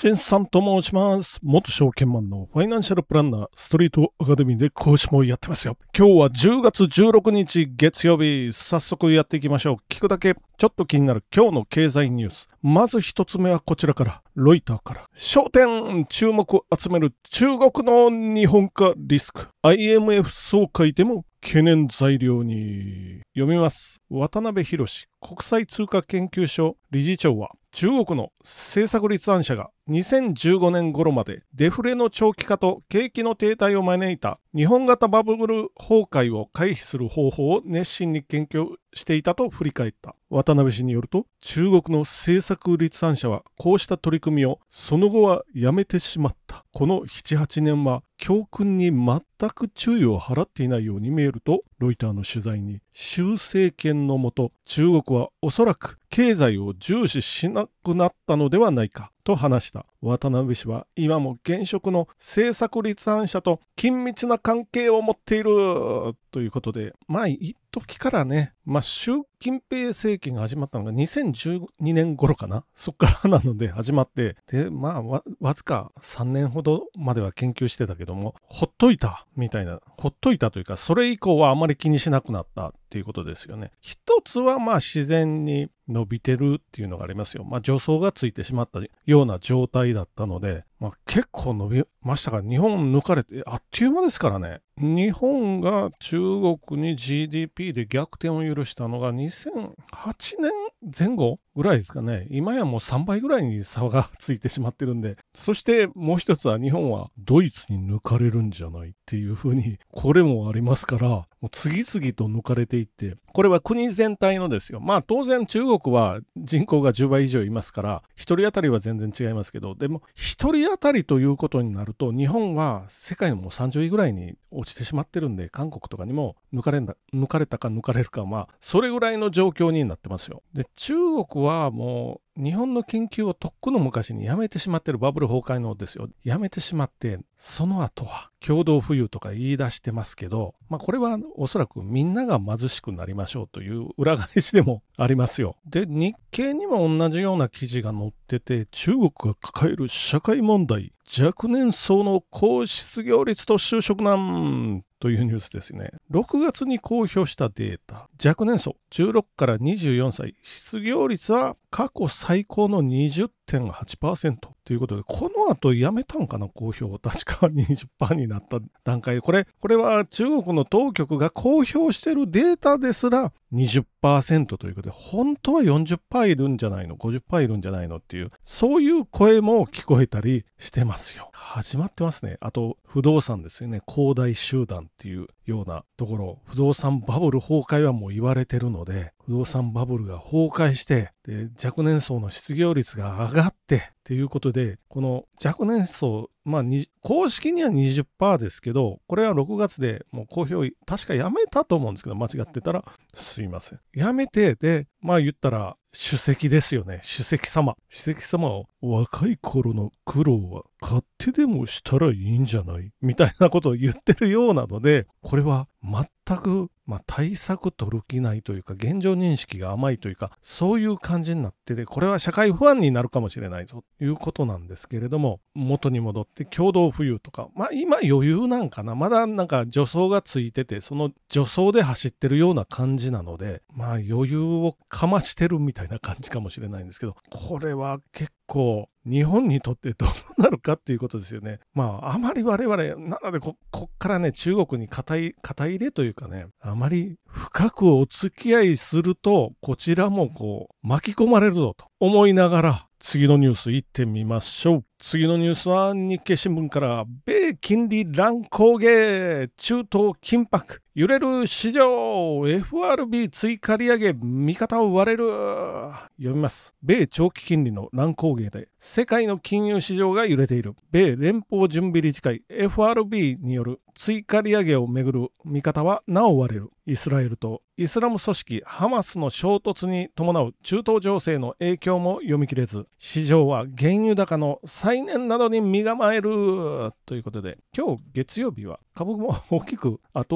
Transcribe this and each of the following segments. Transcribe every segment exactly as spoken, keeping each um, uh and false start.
しんさんと申します。元証券マンのファイナンシャルプランナーストリートアカデミーで講師もやってますよ。今日はじゅうがつじゅうろくにち月曜日、早速やっていきましょう。聞くだけちょっと気になる今日の経済ニュース。まず一つ目はこちらから、ロイターから。焦点、注目を集める中国の日本化リスク。アイエムエフ 総会でも懸念材料に。読みます。渡辺博国際通貨研究所理事長は、中国の政策立案者がにせんじゅうごねん頃までデフレの長期化と景気の停滞を招いた日本型バブル崩壊を回避する方法を熱心に研究していたと振り返った。渡辺氏によると、中国の政策立案者はこうした取り組みをその後はやめてしまった。このななはちねんは教訓に全く注意を払っていないように見えると、ロイターの取材に、習政権のもと中国はおそらく経済を重視しなくなったのではないかと話した。渡辺氏は今も現職の政策立案者と緊密な関係を持っているということで、まあ一時からね、まあ習近平政権が始まったのがにせんじゅうにねん頃かな、そっからなので始まって、でまあ わ, わずかさんねんほどまでは研究してたけども、ほっといたみたいな、ほっといたというか、それ以降はあまり気にしなくなったっていうことですよね。一つはまあ自然に伸びてるっていうのがありますよ。まあ助走がついてしまったような状態だったので、まあ、結構伸びましたから、日本抜かれてあっという間ですからね。日本が中国に ジーディーピー で逆転を許したのがにせんはちねんぜん後ぐらいですかね。今やもうさんばいぐらいに差がついてしまってるんで、そしてもう一つは日本はドイツに抜かれるんじゃないっていうふうに、これもありますから、もう次々と抜かれていって、これは国全体のですよ。まあ当然中国は人口がじゅうばい以上いますから、ひとり当たりは全然違いますけど、でもひとり当たりということになると、日本は世界のもうさんじゅういぐらいに落ちてしまってるんで、韓国とかにも抜かれんだ、抜かれたか抜かれるか、まあそれぐらいの状況になってますよ。で、中国はもう日本の研究をとっくの昔にやめてしまってる、バブル崩壊のですよ。やめてしまって、その後は共同富裕とか言い出してますけど、まあこれはおそらくみんなが貧しくなりましょうという裏返しでもありますよ。で、日経にも同じような記事が載ってて、中国が抱える社会問題、若年層の高失業率と就職難というニュースですね。ろくがつに公表したデータ、若年層じゅうろくからにじゅうよんさい、失業率は過去最高の にじゅってんはちパーセント ということで、この後やめたんかな、公表。確か にじゅっパーセント になった段階で、これ、これは中国の当局が公表しているデータですら にじゅっパーセント ということで、本当は よんじゅっパーセント いるんじゃないの、ごじゅっパーセント いるんじゃないのっていう、そういう声も聞こえたりしてますよ。始まってますね。あと、不動産ですよね。恒大集団っていうようなところ、不動産バブル崩壊はもう言われてるので、不動産バブルが崩壊して、で若年層の失業率が上がってっていうことで、この若年層、まあ、公式には にじゅっパーセント ですけど、これはろくがつでもう公表、確かやめたと思うんですけど、間違ってたらすいません。やめて、で、まあ言ったら、主席ですよね。主席様。主席様を若い頃の苦労は勝手でもしたらいいんじゃないみたいなことを言ってるようなので、これは全く、まあ、対策取る気ないというか、現状認識が甘いというか、そういう感じになってて、これは社会不安になるかもしれないということなんですけれども、元に戻って共同富裕とか、まあ今余裕なんかな、まだなんか助走がついてて、その助走で走ってるような感じなので、まあ余裕をかましてるみたいな感じかもしれないんですけど、これは結構日本にとってどうなるかっていうことですよね。まああまり我々、なので こ, こっからね、中国に肩い肩入れというかね、あまり深くお付き合いすると、こちらもこう巻き込まれるぞと思いながら、次のニュース行ってみましょう。次のニュースは日経新聞から、米金利乱高下、中東緊迫、揺れる市場、エフアールビー 追加利上げ、見方を割れる。読みます。米長期金利の乱高下で世界の金融市場が揺れている。米連邦準備理事会 エフアールビー による追加利上げをめぐる見方はなお割れる。イスラエルとイスラム組織ハマスの衝突に伴う中東情勢の影響も読み切れず、市場は原油高の再燃などに身構えるということで、今日月曜日は株も大きく、あ東京市場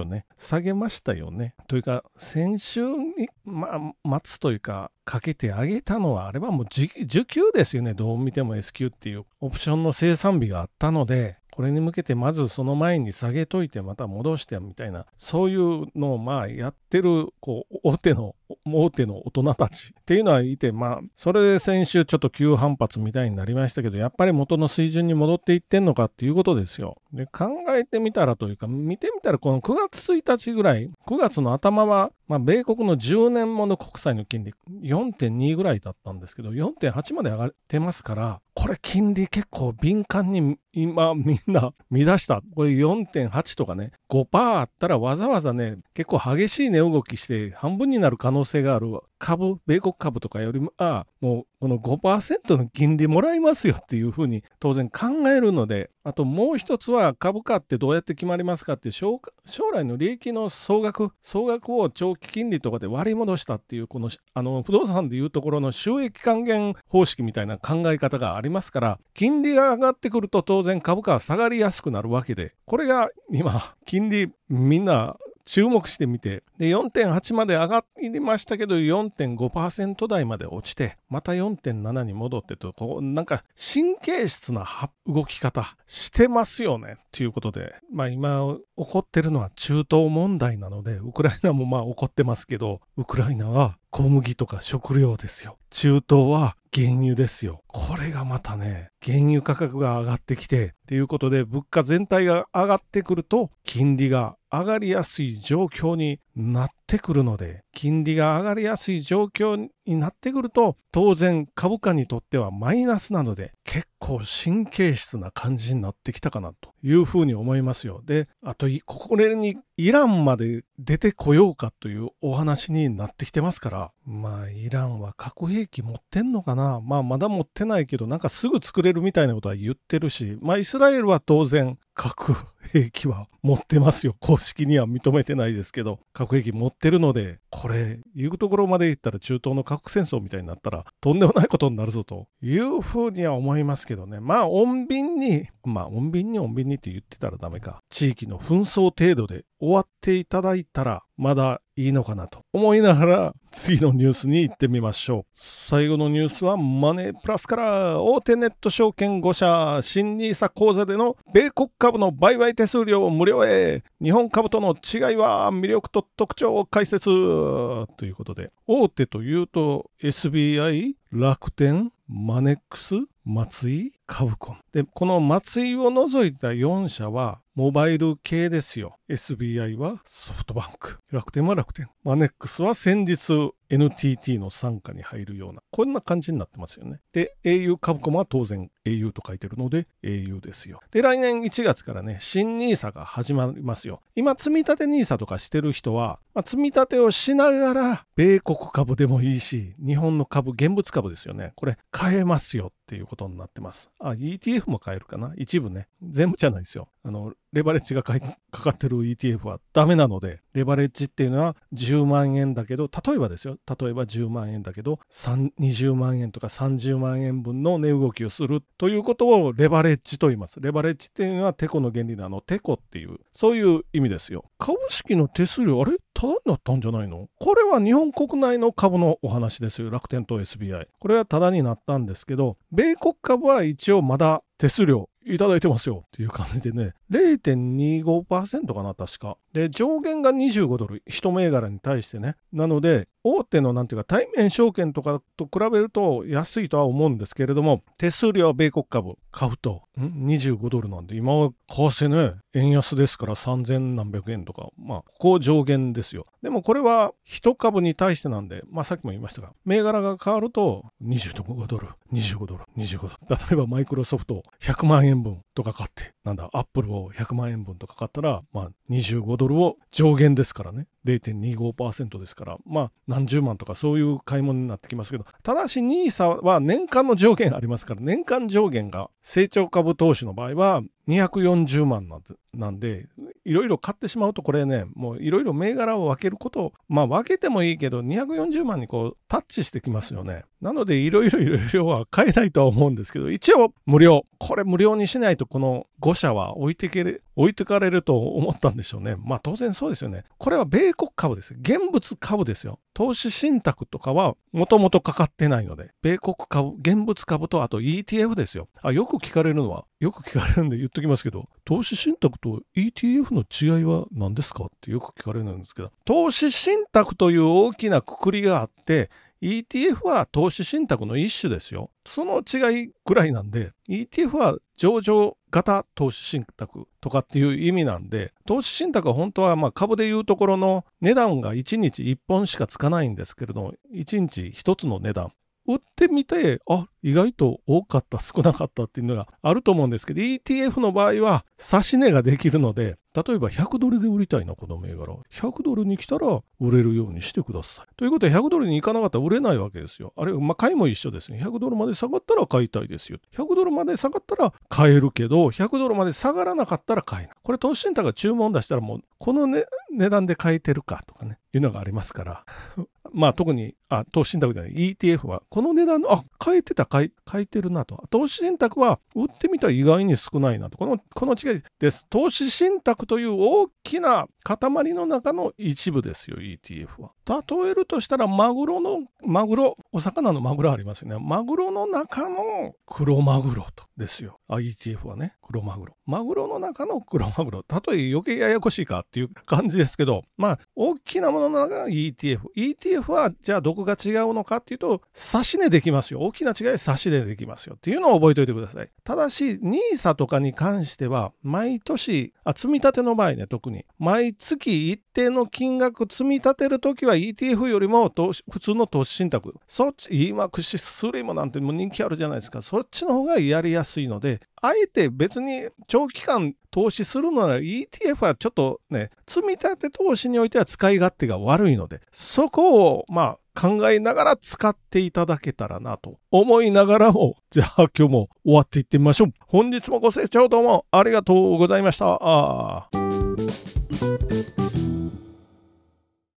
よね。下げましたよね。というか、先週に、まあ、待つというか、かけてあげたのは、あれはもう需給ですよね。どう見ても エスキュー っていうオプションの生産日があったので、これに向けてまずその前に下げといてまた戻してみたいな、そういうのをまあやってるこう大手の大手の大人たちっていうのはいて、まあそれで先週ちょっと急反発みたいになりましたけど、やっぱり元の水準に戻っていってんのかっていうことですよ。で、考えてみたらというか、見てみたらこのくがつついたちぐらい、くがつの頭は、まあ、米国のじゅうねんもの国債の金利 よんてんに ぐらいだったんですけど、よんてんはちまで上がってますから、これ金利結構敏感に今みんな見出した。これ よんてんはち とかね、ごパーセント あったらわざわざね、結構激しい値動きして半分になる可能性がある株、米国株とかよりも、ああ、もうこの ごパーセント の金利もらいますよっていうふうに当然考えるので、あともう一つは株価ってどうやって決まりますかって将来の利益の総額、総額を長期金利とかで割り戻したっていう、このあの不動産でいうところの収益還元方式みたいな考え方がありますから、金利が上がってくると当然株価は下がりやすくなるわけで、これが今、金利みんな注目してみて、で よんてんはち まで上がりましたけど よんてんごパーセント 台まで落ちて、また よんてんなな に戻ってと、こうなんか神経質な動き方してますよねということで、まあ今起こってるのは中東問題なので、ウクライナもまあ起こってますけど、ウクライナは小麦とか食料ですよ。中東は原油ですよ。これがまたね、原油価格が上がってきてっていうことで、物価全体が上がってくると金利が上がりやすい状況になってくるので、金利が上がりやすい状況になってくると、当然株価にとってはマイナスなので、結構神経質な感じになってきたかなというふうに思いますよ。で、あとこれにイランまで出てこようかというお話になってきてますから、まあイランは核兵器持ってんのかな、まあまだ持ってないけど、なんかすぐ作れるみたいなことは言ってるし、まあイスラエルは当然核兵器は持ってますよ。公式には認めてないですけど、核兵器持ってるので、これ言うところまで言ったら中東の核戦争みたいになったらとんでもないことになるぞというふうには思いますけどね。まあ穏便に、まあ穏便に穏便にって言ってたらダメか。地域の紛争程度で終わっていただいたらまだいいのかなと思いながら、次のニュースに行ってみましょう。最後のニュースはマネープラスから、大手ネット証券ご社新ニーサ口座での米国株の売買手数料無料へ、日本株との違いは魅力と特徴を解説ということで、大手というと エスビーアイ、楽天、マネックス、松井、株コンで、この松井を除いたよん社はモバイル系ですよ。 エスビーアイ はソフトバンク、楽天は楽天、マネックスは先日 エヌティーティー の傘下に入るような、こんな感じになってますよね。で エーユー 株コンは当然 エーユー と書いてるので エーユー ですよ。で来年いちがつからね、新ニーサが始まりますよ。今積み立てニーサとかしてる人は、まあ、積み立てをしながら米国株でもいいし、日本の株、現物株ですよね、これ買えますよっていうことになってます。あ、イーティーエフ も買えるかな、一部ね。全部じゃないですよ。あのレバレッジがかかってる イーティーエフ はダメなので、レバレッジっていうのはじゅうまんえんだけど、例えばですよ、例えばじゅうまんえんだけどにじゅうまんえんとかさんじゅうまんえん分の値動きをするということをレバレッジと言います。レバレッジっていうのはテコの原理のあのテコっていう、そういう意味ですよ。株式の手数料、あれタダになったんじゃないの？これは日本国内の株のお話ですよ。楽天と エスビーアイ。これはタダになったんですけど、米国株は一応まだ手数料いただいてますよっていう感じでね、れいてんにごパーセント かな、確か。で、上限がにじゅうごドル、一銘柄に対してね。なので、大手のなんていうか対面証券とかと比べると安いとは思うんですけれども、手数料は米国株買うとんにじゅうごドルなんで、今は為替ね、円安ですからさんぜんなんびゃくえんとか、まあ、ここ上限ですよ。でもこれは一株に対してなんで、まあさっきも言いましたが、銘柄が変わるとにじゅうごドル、にじゅうごドル、にじゅうごドル。例えばマイクロソフトひゃくまんえんぶんとか買って、なんだ、アップルをひゃくまんえんぶんとか買ったら、まあにじゅうごドルを上限ですからね。れいてんにごパーセント ですから、まあ何十万とかそういう買い物になってきますけど、ただし ニーサ は年間の上限ありますから、年間上限が成長株投資の場合はにひゃくよんじゅうまんなんで、なんでいろいろ買ってしまうと、これね、もういろいろ銘柄を分けることを、まあ分けてもいいけどにひゃくよんじゅうまんにこうタッチしてきますよね。なのでいろいろいろいろは買えないとは思うんですけど、一応無料、これ無料にしないとこのご社は置いていけ置いてかれると思ったんでしょうね。まあ当然そうですよね。これは米国株ですよ。現物株ですよ。投資信託とかはもともとかかってないので、米国株、現物株とあと イーティーエフ ですよ。あ、よく聞かれるのは、よく聞かれるんで言っときますけど、投資信託と イーティーエフ の違いは何ですかってよく聞かれるんですけど、投資信託という大きな括りがあって、イーティーエフ は投資信託の一種ですよ。その違いぐらいなんで、イーティーエフ は上場型投資信託とかっていう意味なんで、投資信託は本当はまあ株でいうところの値段がいちにちいっぽんしかつかないんですけれども、いちにちひとつの値段。売ってみて、あ、意外と多かった、少なかったっていうのがあると思うんですけど、イーティーエフ の場合は、指値ができるので、例えばひゃくドルで売りたいな、この銘柄。ひゃくドルに来たら売れるようにしてください。ということで、ひゃくドルに行かなかったら売れないわけですよ。あれ、まあ、買いも一緒ですね。ひゃくドルまで下がったら買いたいですよ。ひゃくドルまで下がったら買えるけど、ひゃくドルまで下がらなかったら買えない。これ、投資信託が注文出したらもう、この、ね、値段で買えてるかとかね、いうのがありますから。まあ特にあ投資信託じゃない イーティーエフ はこの値段のあ買えてた買い買えてるなと。投資信託は売ってみたら意外に少ないなと。このこの違いです。投資信託という大きな塊の中の一部ですよ イーティーエフ は。例えるとしたらマグロのマグロお魚のマグロありますよね。マグロの中の黒マグロとですよ。あ イーティーエフ はね黒マグロ。マグロの中の黒マグロ。例え余計ややこしいかっていう感じですけど、まあ大きなものの中が イーティーエフ。イーティーエフ はじゃあどこが違うのかっていうと、指値できますよ。大きな違いは指値できますよっていうのを覚えておいてください。ただし、ニーサ とかに関しては、毎年、あ積み立ての場合ね、特に、毎月一定の金額積み立てるときは イーティーエフ よりも投資普通の投資信託、そっち、今、クシスリムなんてもう人気あるじゃないですか。そっちの方がやりやすいので、あえて別に長期間投資するのなら イーティーエフ はちょっとね、積み立て投資においては使い勝手が悪いので、そこをまあ考えながら使っていただけたらなと思いながらも、じゃあ今日も終わっていってみましょう。本日もご清聴どうもありがとうございました。あー